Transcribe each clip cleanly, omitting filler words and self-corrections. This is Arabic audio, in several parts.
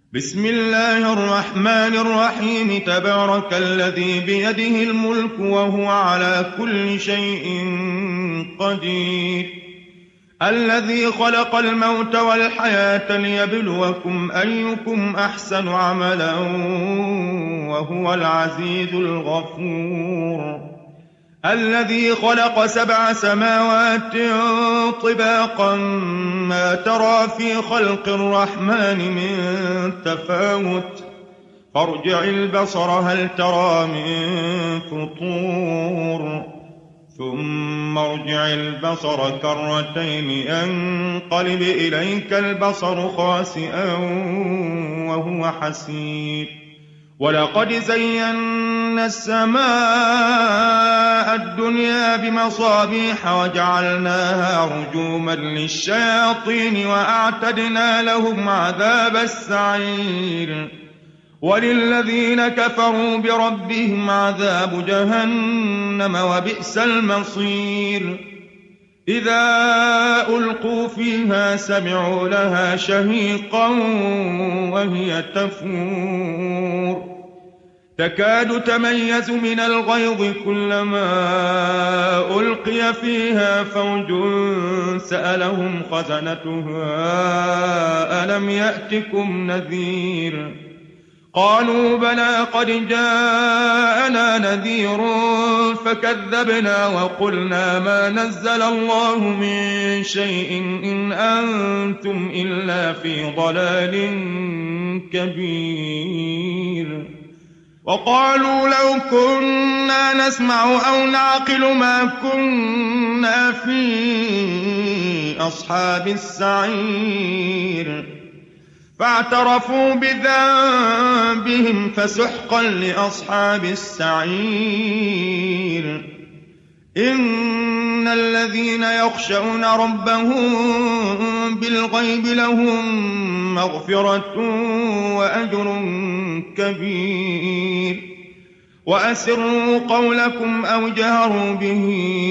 بسم الله الرحمن الرحيم تبارك الذي بيده الملك وهو على كل شيء قدير الذي خلق الموت والحياة ليبلوكم أيكم أحسن عملا وهو العزيز الغفور الذي خلق 7 سماوات طباقا ما ترى في خلق الرحمن من تفاوت فارجع البصر هل ترى من فطور ثم ارجع البصر كرتين ينقلب إليك البصر خاسئا وهو حسير ولقد زينا السماء الدنيا بمصابيح وجعلناها رجوما للشياطين وأعتدنا لهم عذاب السعير وللذين كفروا بربهم عذاب جهنم وبئس المصير إذا ألقوا فيها سمعوا لها شهيقا وهي تفور تكاد تميز من الغيظ كلما ألقي فيها فوج سألهم خزنتها ألم يأتكم نذير قالوا بلى قد جاءنا نذير فكذبنا وقلنا ما نزل الله من شيء إن أنتم إلا في ضلال كبير وقالوا لو كنا نسمع أو نعقل ما كنا في أصحاب السعير فاعترفوا بذنبهم فسحقا لأصحاب السعير إن الذين يخشون ربهم بالغيب لهم مغفرة وأجر كبير وأسروا قولكم أو جهروا به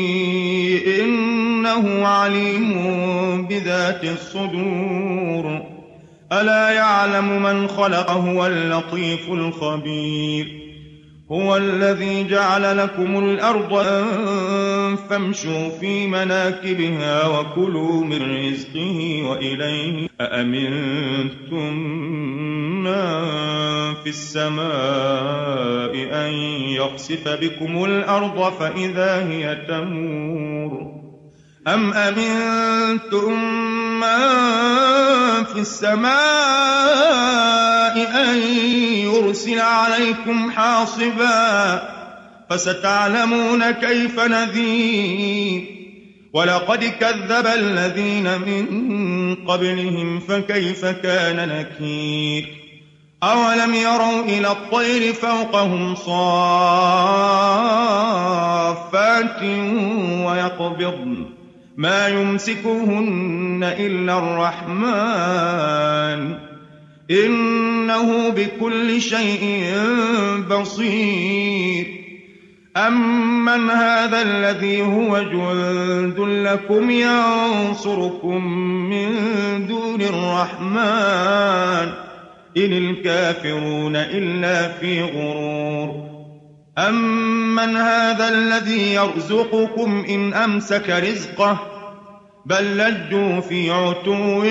إنه عليم بذات الصدور ألا يعلم من خلق هو اللطيف الخبير هو الذي جعل لكم الأرض فامشوا في مناكبها وكلوا من رزقه وإليه أأمنتم من في السماء أن يخسف بكم الأرض فإذا هي تمور أم أمنتم من في السماء أن يرسل عليكم حاصبا فستعلمون كيف نذير ولقد كذب الذين من قبلهم فكيف كان نكير أولم يروا إلى الطير فوقهم صافات ويقبضن ما يمسكهن إلا الرحمن إنه بكل شيء بصير أمن هذا الذي هو جند لكم ينصركم من دون الرحمن إن الكافرون إلا في غرور أمن هذا الذي يرزقكم إن أمسك رزقه بل لجوا في عتو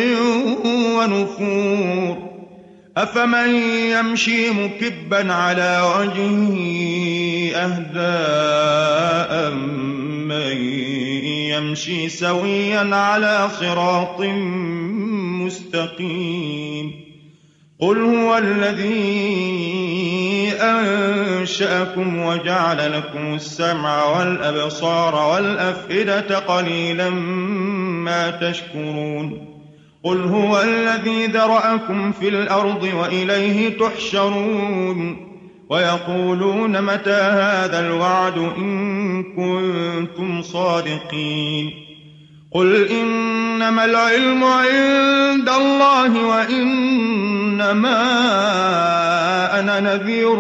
ونفور أفمن يمشي مكبا على وجهه أهدى أمن يمشي سويا على صراط مستقيم قل هو الذي أنشأكم وجعل لكم السمع والأبصار والأفئدة قليلا ما تشكرون قل هو الذي ذرأكم في الأرض وإليه تحشرون ويقولون متى هذا الوعد إن كنتم صادقين قل إنما العلم عند الله وإنما أنا نذير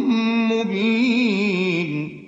مبين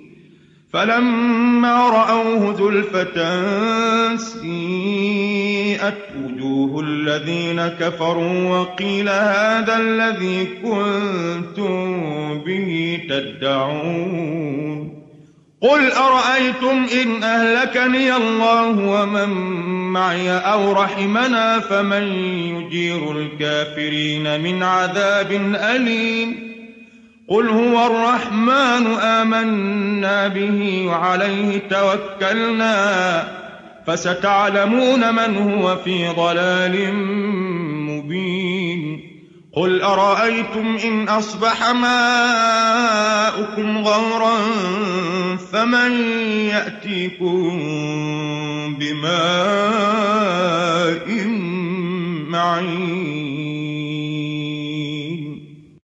فلما رأوه زلفة سيئت وجوه فكذبوه الذين كفروا وقيل هذا الذي كنتم به تدعون قل أرأيتم إن أهلكني الله ومن معي أو رحمنا فمن يجير الكافرين من عذاب أليم قل هو الرحمن آمنا به وعليه توكلنا فستعلمون من هو في ضلال مبين قل أرأيتم إن أصبح ماؤكم غورا فمن يأتيكم بماء معين